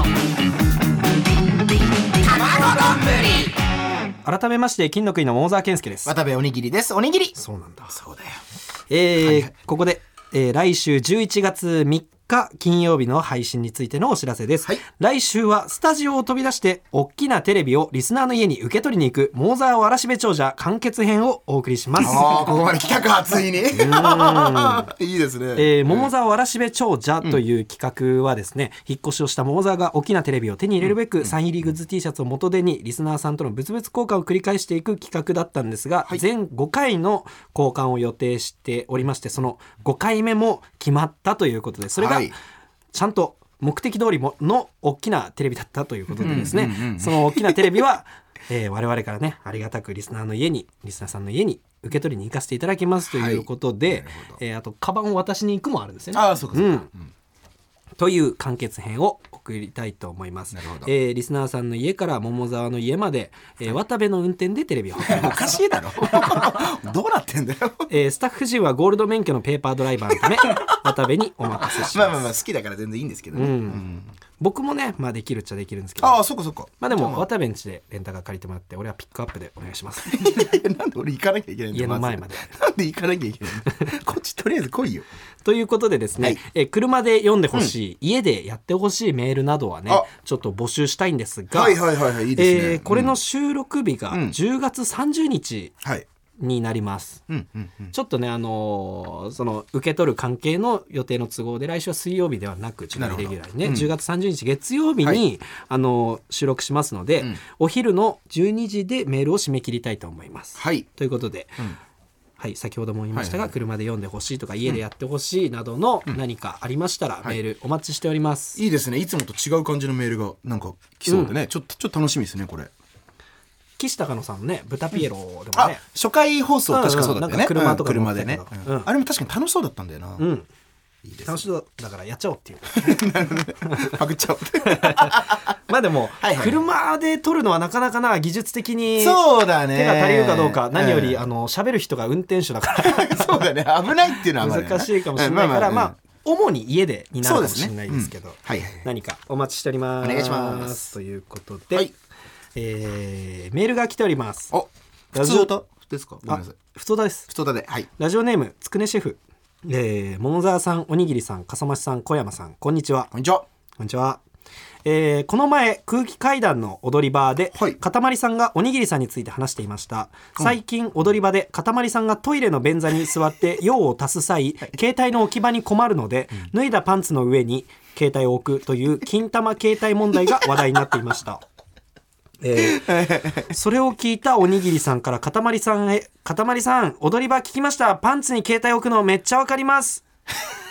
卵丼。 改めまして金の国の桃沢健介です。 渡部おにぎりです。おにぎり。 そうなんだ。 そうだよ。 えーはいはい、ここで、えー、来週じゅういちがつみっか金曜日の配信についてのお知らせです、はい、来週はスタジオを飛び出して大きなテレビをリスナーの家に受け取りに行く桃沢わらしべ長者完結編をお送りします。 あここまで企画熱いねいいですね、 えー、桃沢わらしべ長者という企画はですね、うん、引っ越しをした桃沢が大きなテレビを手に入れるべく、うん、サイン入りグッズ T シャツを元手にリスナーさんとの物々交換を繰り返していく企画だったんですが、はい、全ごかいの交換を予定しておりましてそのごかいめも決まったということでそれが、はいちゃんと目的通りもの大きなテレビだったということでですね、うんうんうん、その大きなテレビは、えー、我々からねありがたくリスナーの家にリスナーさんの家に受け取りに行かせていただきますということで、はいえー、あとカバンを渡しに行くもあるんですよね。 あそうかそうか、うんうんという完結編を送りたいと思います。なるほど、えー、リスナーさんの家から桃沢の家まで、えー、渡部の運転でテレビをおかしいだろどうなってんだよ、 えー、スタッフ陣はゴールド免許のペーパードライバーのため渡部にお任せします。 まあまあまあ好きだから全然いいんですけどね、うんうん、 僕もね、まあ、できるっちゃできるんですけどああそっかそっかまあでも渡部ん家でレンタカー借りてもらって俺はピックアップでお願いしますなんで俺行かなきゃいけないんだ家の前までなんで行かなきゃいけないんだこっちとりあえず来いよということでですね、はいえ車で読んでほしい、うん、家でやってほしいメールなどはねちょっと募集したいんですがはいはいはいはいいいですね、 えー、これの収録日がじゅうがつさんじゅうにち、うんはいになります、うんうんうん、ちょっとね、あのー、その受け取る関係の予定の都合で来週は水曜日ではなくレギュラーにね、うん、じゅうがつさんじゅうにち月曜日に、はい、あのー、収録しますので、うん、お昼のじゅうにじでメールを締め切りたいと思います、はい、ということで、うんはい、先ほども言いましたが、はいはい、車で読んでほしいとか家でやってほしいなどの何かありましたら、メールお待ちしております、 はい、いいですね。いつもと違う感じのメールがなんか来そうでね、うん、ちょっとちょっと楽しみですねこれ。 岸高野さんのね豚ピエロでもね、 うん、あ初回放送確かそうだったよね、 うんうん、なんか車とか車でね、うん、あれも確かに楽しそうだったんだよな、うんいいですね、楽しそうだからやっちゃおうっていうパクっちゃおうまあでも、はいはい、車で撮るのはなかなかな技術的にそうだね手が足りるかどうか何より、うん、あの喋る人が運転手だからそうだね危ないっていうのは難しいかもしれないから、まあまあうん、主に家でになるかもしれないですけど、ねうんはいはい、何かお待ちしております。 お願いしますということで、 はいえー、メールが来ております。 お普通歌ですか。ごめんなさい。 普通歌です。 普通歌で、はい、 ラジオネームつくねシェフ、えー、桃沢さんおにぎりさん笠間さん小山さんこんにちは。 こんにちは。 こんにちは。えー、この前空気階段の踊り場で、はい、かたまりさんがおにぎりさんについて話していました。最近踊り場でかたまりさんがトイレの便座に座って用を足す際、はい、携帯の置き場に困るので、うん、脱いだパンツの上に携帯を置くという金玉携帯問題が話題になっていましたえー、それを聞いたおにぎりさんからかたまりさんへ、かたまりさん踊り場聞きました、パンツに携帯置くのめっちゃわかります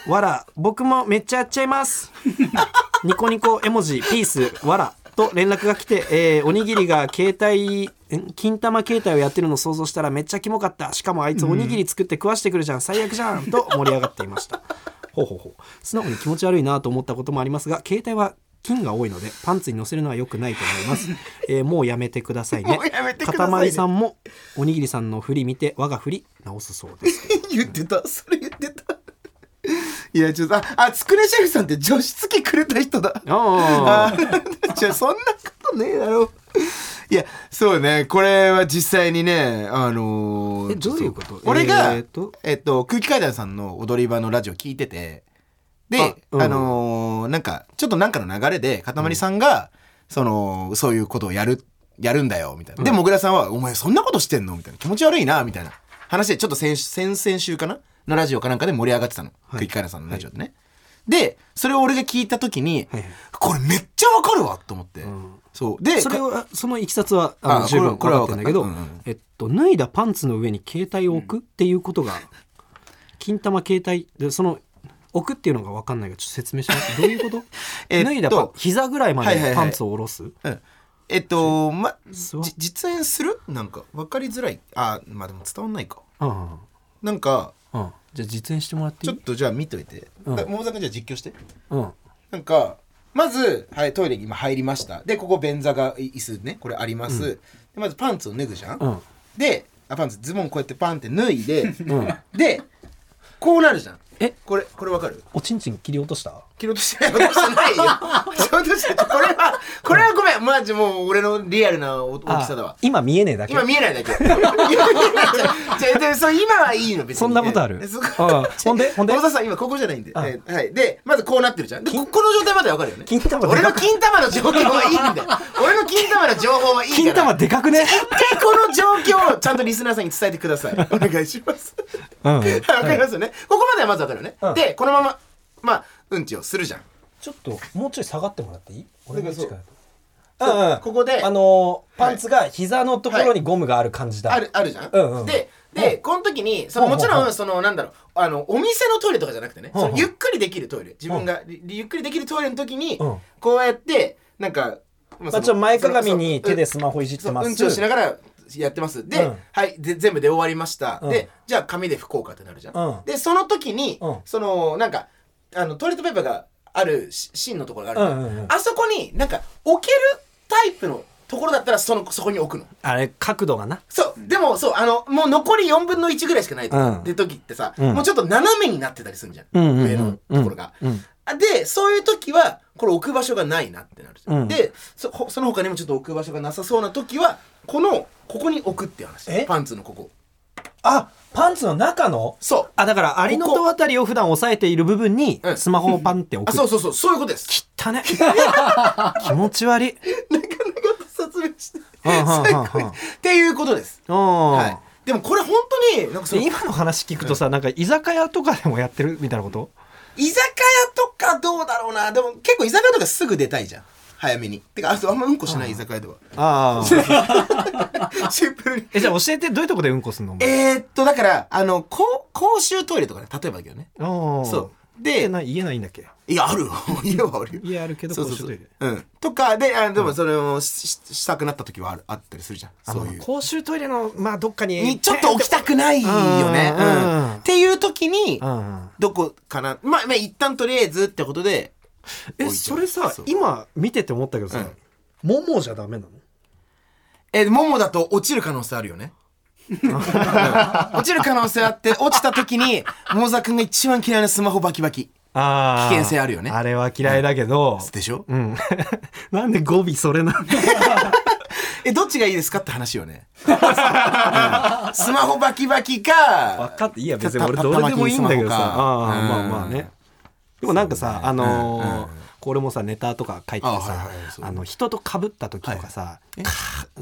わら僕もめっちゃやっちゃいますニコニコ絵文字ピースわらと連絡が来て、えー、おにぎりが携帯金玉携帯をやってるのを想像したらめっちゃキモかった。しかもあいつおにぎり作って食わしてくるじゃん、最悪じゃんと盛り上がっていましたほうほうほう。素直に気持ち悪いなと思ったこともありますが、携帯は菌が多いのでパンツに乗せるのは良くないと思います、えー、もうやめてくださいね。かたまりさんもおにぎりさんの振り見て我が振り直すそうです言ってた、それ言ってた。いやちょっとああつくねシェフさんって除湿機くれた人だ。ああじゃあそんなことねえだろ。いやそうね、これは実際にね、あのー、 えどういうこと？ 俺が、 えー、っと、 えっと、空気階段さんの踊り場のラジオ聞いてて、で あ,、うん、あのー、なんかちょっとなんかの流れでかたまりさんが、うん、そのそういうことをやるやるんだよみたいな、うん、でもぐらさんはお前そんなことしてんのみたいな、気持ち悪いなみたいな話でちょっと先先々週かなのラジオかなんかで盛り上がってたの、はい、空気階段さんのラジオでね、はい、でそれを俺が聞いた時に、はい、これめっちゃわかるわと思って、うん、そうでそれはそのいきさつはあの十分分かってんだけど、うんうん、えっと、脱いだパンツの上に携帯を置くっていうことが、うん、金玉携帯でその置くっていうのが分かんないからちょっと説明しますどういうこと、えっと、脱いだパン膝ぐらいまでパンツを下ろす、はいはいはい、うん、えっとま実演するなんか分かりづらい、あまあでも伝わんないか、うん、なんか、 うん、じゃあ実演してもらっていい？ ちょっとじゃあ見といて、うん、桃沢君じゃあ実況して、 うん、 なんかまず、はい、トイレに今入りました。でここ便座が椅子ねこれあります、うん、でまずパンツを脱ぐじゃん、うん、であパンツズボンこうやってパンって脱いで、うん、でこうなるじゃん。えこれこれわかる？ おちんちん切り落とした？ 切り落としてない、落としてないよ落としてこれはこれはごめん、マジもう俺のリアルな大きさだわ。 今見えねえだけ。 今見えないだけじゃあそう今はいいの別に。 そんなことある？あほんでほんで小田さん今ここじゃないんで、はい、はい、でまずこうなってるじゃん。でこの状態までわかるよね。 金玉俺の金玉の状況はいいんだよ俺の金玉の情報はいいから。 金玉でかくね。 一回この状況をちゃんとリスナーさんに伝えてくださいお願いしますうん、わかりますよね、はい、ここまではまずわかるよね、うん、でこのまままあうんちをするじゃん。 ちょっともうちょい下がってもらっていい？俺が近い。 うんうん、ここであのー、パンツが膝のところにゴムがある感じだ、 はい、あるあるじゃん、うんうん、ででこの時にそのもちろんそのなんだろうあのお店のトイレとかじゃなくてね、そのゆっくりできるトイレ、自分がゆっくりできるトイレの時にこうやってなんか、 まあ、ちょっと前かがみに手でスマホいじってます、 うんちをしながらやってますで、うん、はいで全部で終わりました、うん、でじゃあ紙で拭こうかってなるじゃん、うん、でその時に、うん、そのなんかあのトイレットペーパーがある芯のところがあるじゃん、うんうんうん、あそこになんか置けるタイプのところだったらそのそこに置くの。 あれ角度がな。 そうでもそうあのもう残りよんぶんのいちぐらいしかないとか、うん、って時ってさ、うん、もうちょっと斜めになってたりするじゃん、うんうんうん、上のところが、うんうん、でそういう時はこれ置く場所がないなってなるじゃん、うん、で そ, その他にもちょっと置く場所がなさそうな時はこのここに置くっていう話。パンツのここ。 あパンツの中のそうあだからアリの戸あたりを普段押さえている部分にスマホをパンって置く、 うん、あそうそうそうそういうことです。 きったね気持ち悪いなかなか説明してっていうことです、はい、でもこれ本当になんかそ今の話聞くとさ、うん、なんか居酒屋とかでもやってるみたいなこと？ 居酒屋とかどうだろうな。でも結構居酒屋とかすぐ出たいじゃん早めに。てか あ, あんまうんこしない居酒屋では。ああシンプルにえじゃあ教えてどういうとこでうんこすんの？ えー、っとだからあの公公衆トイレとかね例えばだけどね。 そうでな言えないんだっけ？ いやあるよ家はあるよ家あるけど公衆トイレうんとかであでもそれを し, したくなった時は あ, るあったりするじゃん。そういう公衆トイレのまあどっか に, にちょっと置きたくないよね、うんうん、っていう時にどこかなまあ、まあ、一旦とりあえずってことでえそれさ今見てて思ったけどさ、うん、ももじゃダメなの？ えももだと落ちる可能性あるよね落ちる可能性あって落ちた時に桃沢君が一番嫌いなスマホバキバキあ危険性あるよね。 あれは嫌いだけど、 うん、でしょ、 うん、なんで語尾それなんだえどっちがいいですかって話よね、うん、スマホバキバキか分かっていいや別に俺どれでもいいんだけどさあ、うん、まあまあね。でもなんかさ、ね、あのーうんうん、これもさネタとか書いててさ あ、はいはい、あの人と被った時とかさ、はい、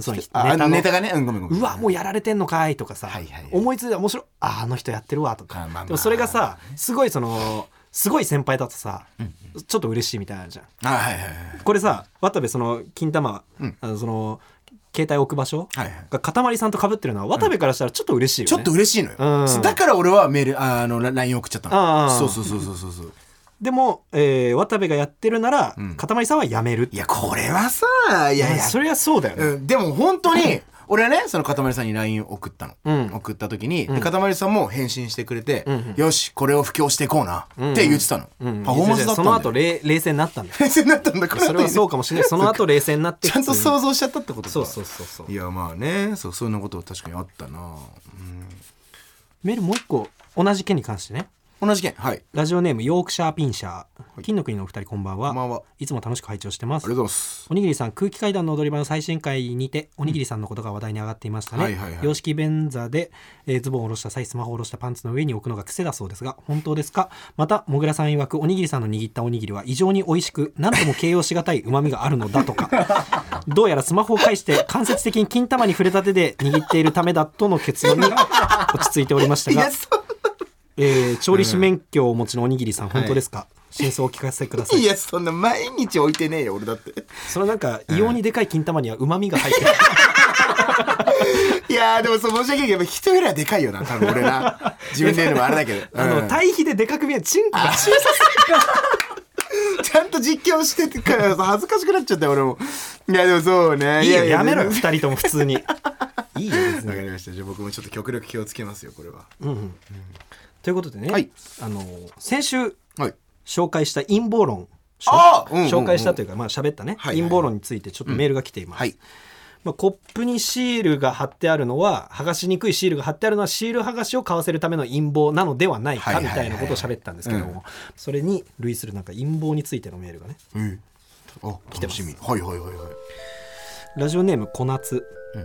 そのネタのネタがね、うん、ごめんごめんうわもうやられてんのかいとかさ、はいはいはい、思いついて面白い あ, あの人やってるわとか、まあまあ、でもそれがさすごいそのすごい先輩だとさ、うんうん、ちょっと嬉しいみたいなのあるじゃん。あ、はいはいはい、これさ渡部その金玉、うん、あのその携帯置く場所はいはいがかたまりさんと被ってるのは渡部からしたらちょっと嬉しいよね、 ちょっと嬉しいのよ、 うんだから俺はメールああの ライン 送っちゃったああの。そうそうそうそうそうそうでも、えー、渡部がやってるなら、 うんかたまりさんはやめる。 いやこれはさいやいやそれはそうだよね、 うん、でも本当に俺はねそのかたまりさんに ライン 送ったの、 うん送った時に、 うんでかたまりさんも返信してくれて、 うんよしこれを布教していこうな、 うんって言ってたの、 うん、 パフォーマンスだったんだよ。 その後冷冷静になったんだよ冷静になったんだこれそれはそうかもしれないその後冷静になってちゃんと普通に想像しちゃったってことか。 そうそうそうそういやまあねそうそんなことは確かにあったな、うん、 メールもう一個同じ件に関してね。 同じ件はいラジオネームヨークシャーピンシャー、金の国のお二人こんばんは。 こんばんは。 いつも楽しく拝聴してます。 ありがとうございます。 おにぎりさん、空気階段の踊り場の最新回にておにぎりさんのことが話題に上がっていましたね、 はいはいはい洋式便座で、えーズボンを下ろした際スマホを下ろしたパンツの上に置くのが癖だそうですが本当ですか。またもぐらさん曰くおにぎりさんの握ったおにぎりは異常に美味しく何とも形容しがたい旨味があるのだとかどうやらスマホを介して間接的に金玉に触れた手で握っているためだとの結論に落ち着いておりましたがいやそえー、調理師免許をお持ちのおにぎりさん、本当ですか、真相をお聞かせください。 いやそんな毎日置いてねえよ俺だってそれなんか異様にでかい金玉には旨味が入ってるいやーでもそう申し訳ないけど人よりはでかいよな多分俺な自分で言うのもあれだけどあの、 うん対比ででかく見えるチンコが小さちゃんと実況しててから恥ずかしくなっちゃったよ俺も。いやでもそうねいいよやややめろよわ二人とも普通にいいよ別に、 かりましたじゃあ僕もちょっと極力気をつけますよこれは。 うんうん、ということでね、 はいあの先週はい紹介した陰謀論あーうんうんうん紹介したというかまあ喋ったね、 はいはいはい陰謀論についてちょっとメールが来ています、 はいまあ、コップにシールが貼ってあるのは剥がしにくいシールが貼ってあるのはシール剥がしを買わせるための陰謀なのではないかみはいはいはいたいなことを喋ったんですけども、 うんそれに類するなんか陰謀についてのメールがねうんあ来てます楽しみはいはいはいはいラジオネーム小夏、 うん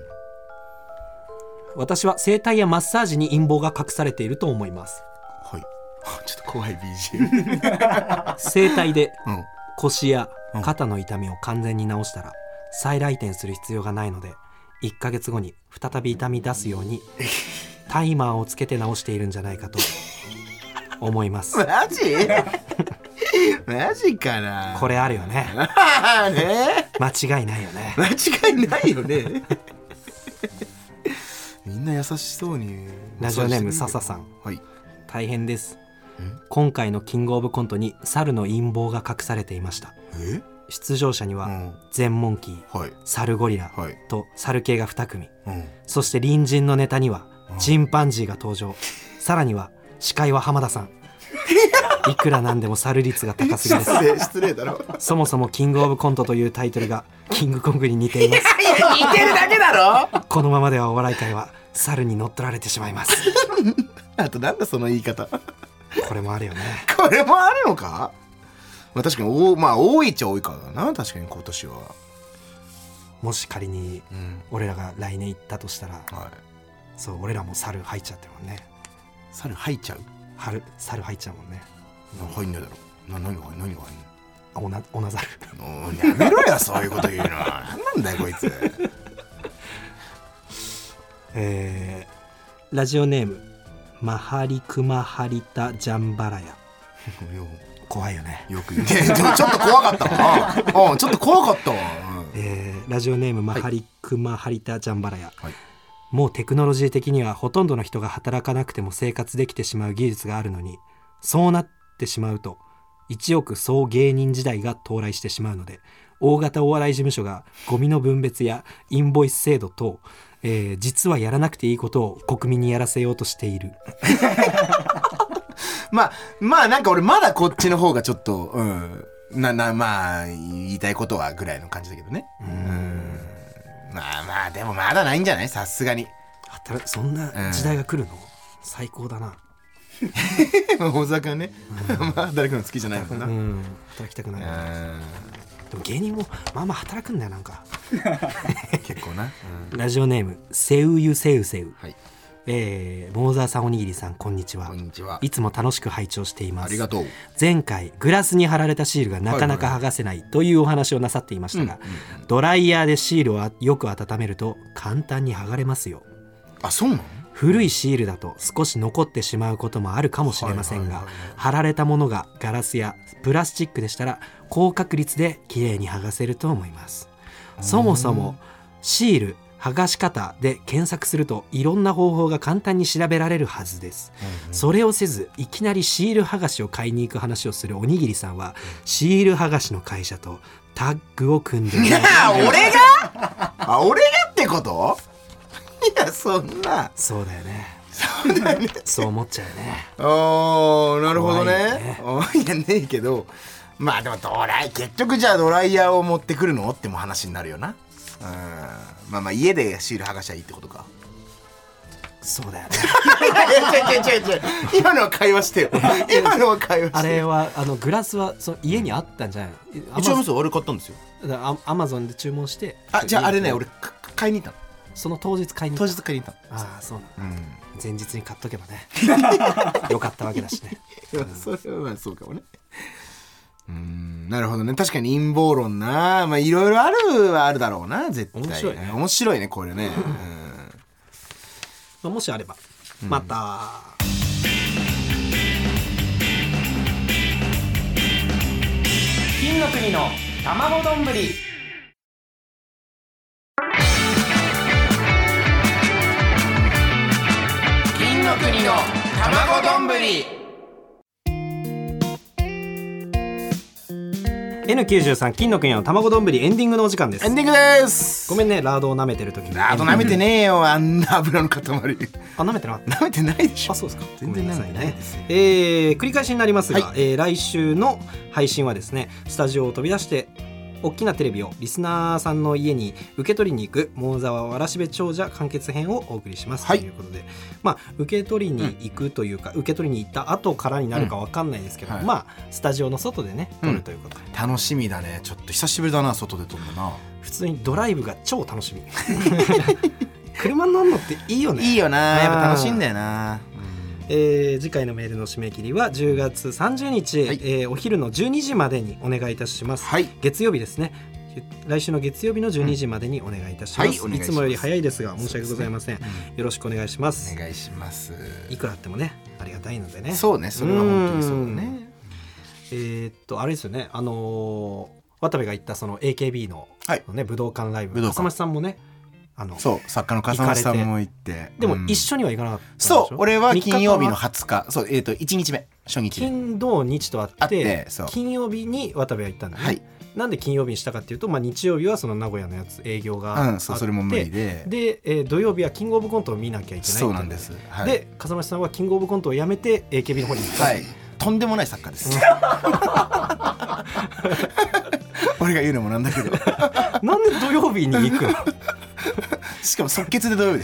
私は整体やマッサージに陰謀が隠されていると思います。 はいちょっと怖い ビージーエム整体でうん腰や肩の痛みを完全に治したら再来店する必要がないのでいっかげつごに再び痛み出すようにタイマーをつけて治しているんじゃないかと思いますマジマジかなこれあるよねね間違いないよね間違いないよねみんな優しそうにラジオネーム笹さんはい大変です。今回のキングオブコントに猿の陰謀が隠されていました。 え出場者にはうん全モンキー、 はいサルゴリラはいとサル系がに組、 うんそして隣人のネタにはチンパンジーが登場、さらには司会は浜田さんいくらなんでも猿率が高すぎです失礼失礼だろそもそもキングオブコントというタイトルがキングコングに似ています似てるだけだろこのままではお笑い界は猿に乗っ取られてしまいますあとなんだその言い方これもあるよねこれもあるのかまあ確かに多まあ多いっちゃ多いからな確かに今年はもし仮にうん俺らが来年行ったとしたらはいそう俺らも猿入っちゃってるもんね猿吐いちゃう春猿入っちゃうもんねな入んないだろな何が何が入んのあおなおなざるおーやめろよそういうこと言うの何なんだよこいつえー、ラジオネームマハリクマハリタジャンバラヤ怖いよね、 よく言うねでもちょっと怖かったわうんちょっと怖かったわ、うんえー、ラジオネームマハリクマハリタジャンバラヤ、 はいもうテクノロジー的にはほとんどの人が働かなくても生活できてしまう技術があるのにそうなってしまうと一億総芸人時代が到来してしまうので大型お笑い事務所がゴミの分別やインボイス制度等、えー、実はやらなくていいことを国民にやらせようとしているまあまあなんか俺まだこっちの方がちょっとうんななまあ言いたいことはぐらいの感じだけどねうんまあまあでもまだないんじゃないさすがに働そんな時代が来るの、うん、最高だな大阪ね、うん、まあ誰かの好きじゃないもんな、 うん、働きたくないでも芸人もまあまあ働くんだよなんか結構な、 うん、ラジオネームセウユセウセウ、 はいえー、モーザーさんおにぎりさんこんにちは。 こんにちはいつも楽しく拝聴しています。 ありがとう。 前回グラスに貼られたシールがなかなか剥がせないというお話をなさっていましたが、ドライヤーでシールをよく温めると簡単に剥がれますよ。 あ、そうなの？ 古いシールだと少し残ってしまうこともあるかもしれませんが、貼られたものがガラスやプラスチックでしたら高確率で綺麗に剥がせると思います。そもそもシール剥がし方で検索するといろんな方法が簡単に調べられるはずです、うんうん、それをせずいきなりシール剥がしを買いに行く話をするおにぎりさんは、うん、シール剥がしの会社とタッグを組んでる。 いや俺があ俺がってこと？いやそんな。 そうだよね。 そうだよね。 そう思っちゃうよね。 あーなるほどね。 ねいやねえけど、まあでもドライ結局じゃあドライヤーを持ってくるのっても話になるよな。うん、まあまあ家でシール剥がしゃいいってことか。 そうだよね。 いや違う違う違う違う。今のは会話してよ。今のは会話してよ。 あれはあのグラスはその家にあったんじゃないの？ 一応あれ買ったんですよ。 アマゾンで注文して。 あじゃああれね俺買いに行ったの。 その当日買いに行った。 当日買いに行ったの。 ああそうなんだ、うん、前日に買っとけばねよかったわけだしね。 いやそれはまあそうかもね。うーんなるほどね。確かに陰謀論な、まあいろいろあるはあるだろうな絶対。面白いね。面白いねこれね。 うん、もしあれば、うん、また金の国の卵丼ぶり。 金の国の卵丼ぶり。 エヌきゅうじゅうさん 金の国の卵丼ぶりエンディングのお時間です。 エンディングです。 ごめんねラードを舐めてる時に。 ラード舐めてねえよあんな油の塊。 あ舐めてなかった。 舐めてないでしょ。 あそうですか。 全然舐めてないですよ。 えー、繰り返しになりますが、はいえー、来週の配信はですねスタジオを飛び出して大きなテレビをリスナーさんの家に受け取りに行く桃沢わらしべ長者完結編をお送りします、はい、ということで、まあ、受け取りに行くというか、うん、受け取りに行った後からになるか分かんないですけど、うんはい、まあスタジオの外でね撮るということで、うん、 楽しみだね。ちょっと久しぶりだな外で撮るのな。 普通にドライブが超楽しみ車に乗るのっていいよね。 いいよな。やっぱ楽しいんだよな。 えー、次回のメールの締め切りはじゅうがつさんじゅうにち、はいえー、お昼のじゅうにじまでにお願いいたします、はい、月曜日ですね。来週の月曜日のじゅうにじまでにお願いいたします、うんはい、いつもより早いですが申し訳ございません、ねうん、よろしくお願いします。 お願いします。 いくらあってもねありがたいのでね。 そうねそれは本当にそうだね。 えー、っとあれですよねあのー、渡部が言ったその エーケービー の、はいね、武道館ライブ笠間さんもねあのそう作家の笠間さんも行ってでも一緒には行かなかったんでしょ、うん、そう俺は金曜日のはつかそうえー、っといちにちめ初日金土日とあって、 って金曜日に渡部は行ったんだね、はい、なんで金曜日にしたかっていうと、まあ、日曜日はその名古屋のやつ営業があって、うん、そうそれも無理でで、えー、土曜日はキングオブコントを見なきゃいけない。 そうなんです、はい、 で笠間さんはキングオブコントをやめて エーケービー の方に行った、 はい、とんでもない作家です俺が言うのもなんだけどなんで土曜日に行くのしかも即決で土曜日で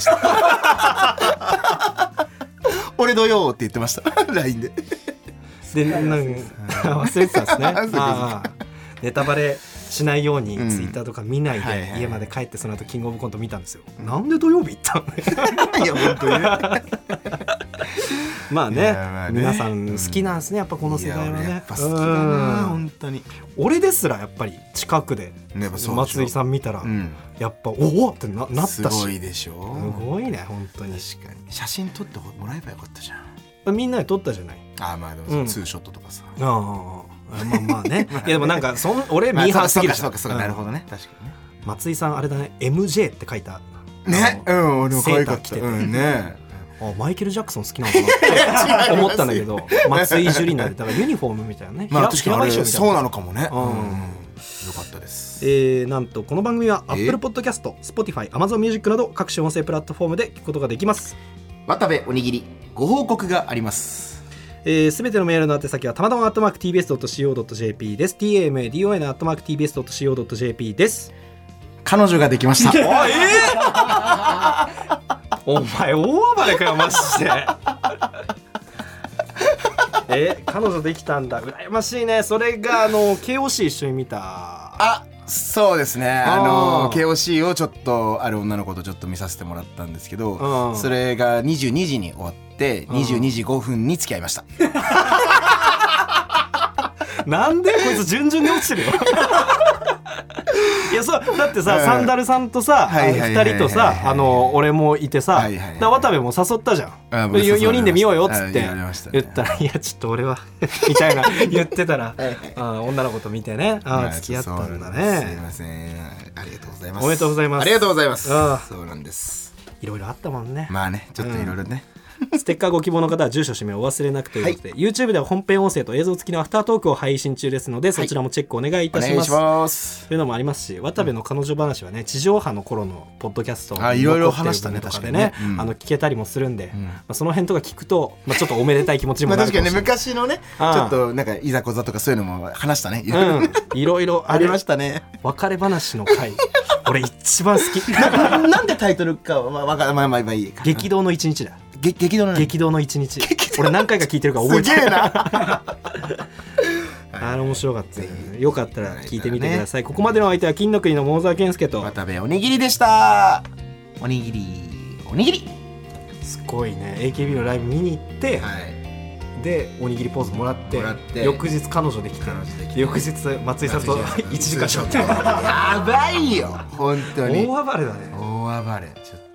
した俺土曜って言ってましたライン ででなん忘れてたんですねあネタバレしないようにツイッターとか見ないで、うんはいはい、家まで帰ってその後キングオブコント見たんですよ。なんで土曜日行ったのいや本当にねまあ ね, まあね皆さん好きなんですねやっぱこの世界はね。 やっぱ好きだな本当に。 俺ですらやっぱり近くで松井さん見たら、うん、やっぱおおって な, なったしすごいでしょ。 すごいね本当に。 確かに写真撮ってもらえばよかったじゃん。みんなで撮ったじゃない。 あまあでも、うん、ツーショットとかさああまあまあねいやでもなんかそん俺ミーハーすぎるし、 まあ、そうかそうかなるほどね確かにね。 松井さんあれだね エムジェー って書いたねうん俺も可愛かった。 セーター着てて、 うんねあマイケル・ジャクソン好きなのかなって思ったんだけど松井樹里奈でだからユニフォームみたいなね。 まあ確かにあれそうなのかもね、うんうん、よかったです。 えー、なんとこの番組は Apple Podcast、Spotify、Amazon Music など各種音声プラットフォームで聞くことができます。 渡部おにぎりご報告があります。 すべ、えー、てのメールの宛先はたまどん アットマークティービーエスドットシーオードットジェーピー です。 ティーエムエーディーオーエヌ アットマークティービーエスドットシーオードットジェーピー です。 彼女ができました。 お, えー、お前大暴れかよマジでえ彼女できたんだ羨ましいね。それがあの ケーオーシー 一緒に見た。 あそうですねあの ケーオーシー をちょっとある女の子とちょっと見させてもらったんですけどそれがにじゅうにじに終わってにじゅうにじごふんに付き合いましたなんでこいつ順々に落ちてるよいやそうだってさ、サンダルさんとさふたりとさあの俺もいてさ、はいはいはい、だ渡部も誘ったじゃん、よにんで見ようよっつって言ったら、いやちょっと俺はみたいな言ってたらあ女の子と見てね、あ付き合ったんだね。 すいません、ありがとうございます。 おめでとうございます。 ありがとうございます。そうなんです。 いろいろあったもんね。 まあね、ちょっといろいろね、 うん、ステッカーご希望の方は住所氏名をお忘れなくということで、はい、YouTube では本編音声と映像付きのアフタートークを配信中ですので、そちらもチェックお願いいたします。 お願いします。 というのもありますし、渡部の彼女話はね、地上波の頃のポッドキャストいろいろ話したね、確かにね、 うん、あの聞けたりもするんで、うんまあ、その辺とか聞くと、まあ、ちょっとおめでたい気持ちにもなるかもしれない。 まあ確かにね、昔のねちょっとなんかいざこざとかそういうのも話したね、 いろいろありましたね。 別れ話の回俺一番好きな, なんでタイトルかわかまあまあまあいいか。 激動の一日だ。 激動の激動の一日。俺何回か聞いてるから覚えてる。 すげえなあれ面白かった、ね、よかったら聞いてみてください、ね、ここまでの相手は金の国の桃沢健介と渡部おにぎりでした。おにぎりおにぎりすごいね。 エーケービー のライブ見に行って、はい、でおにぎりポーズもらってもらって翌日彼女できて翌日松井さんといちじかんしゃべってやばいよ本当に大暴れだね。 大暴れちょっと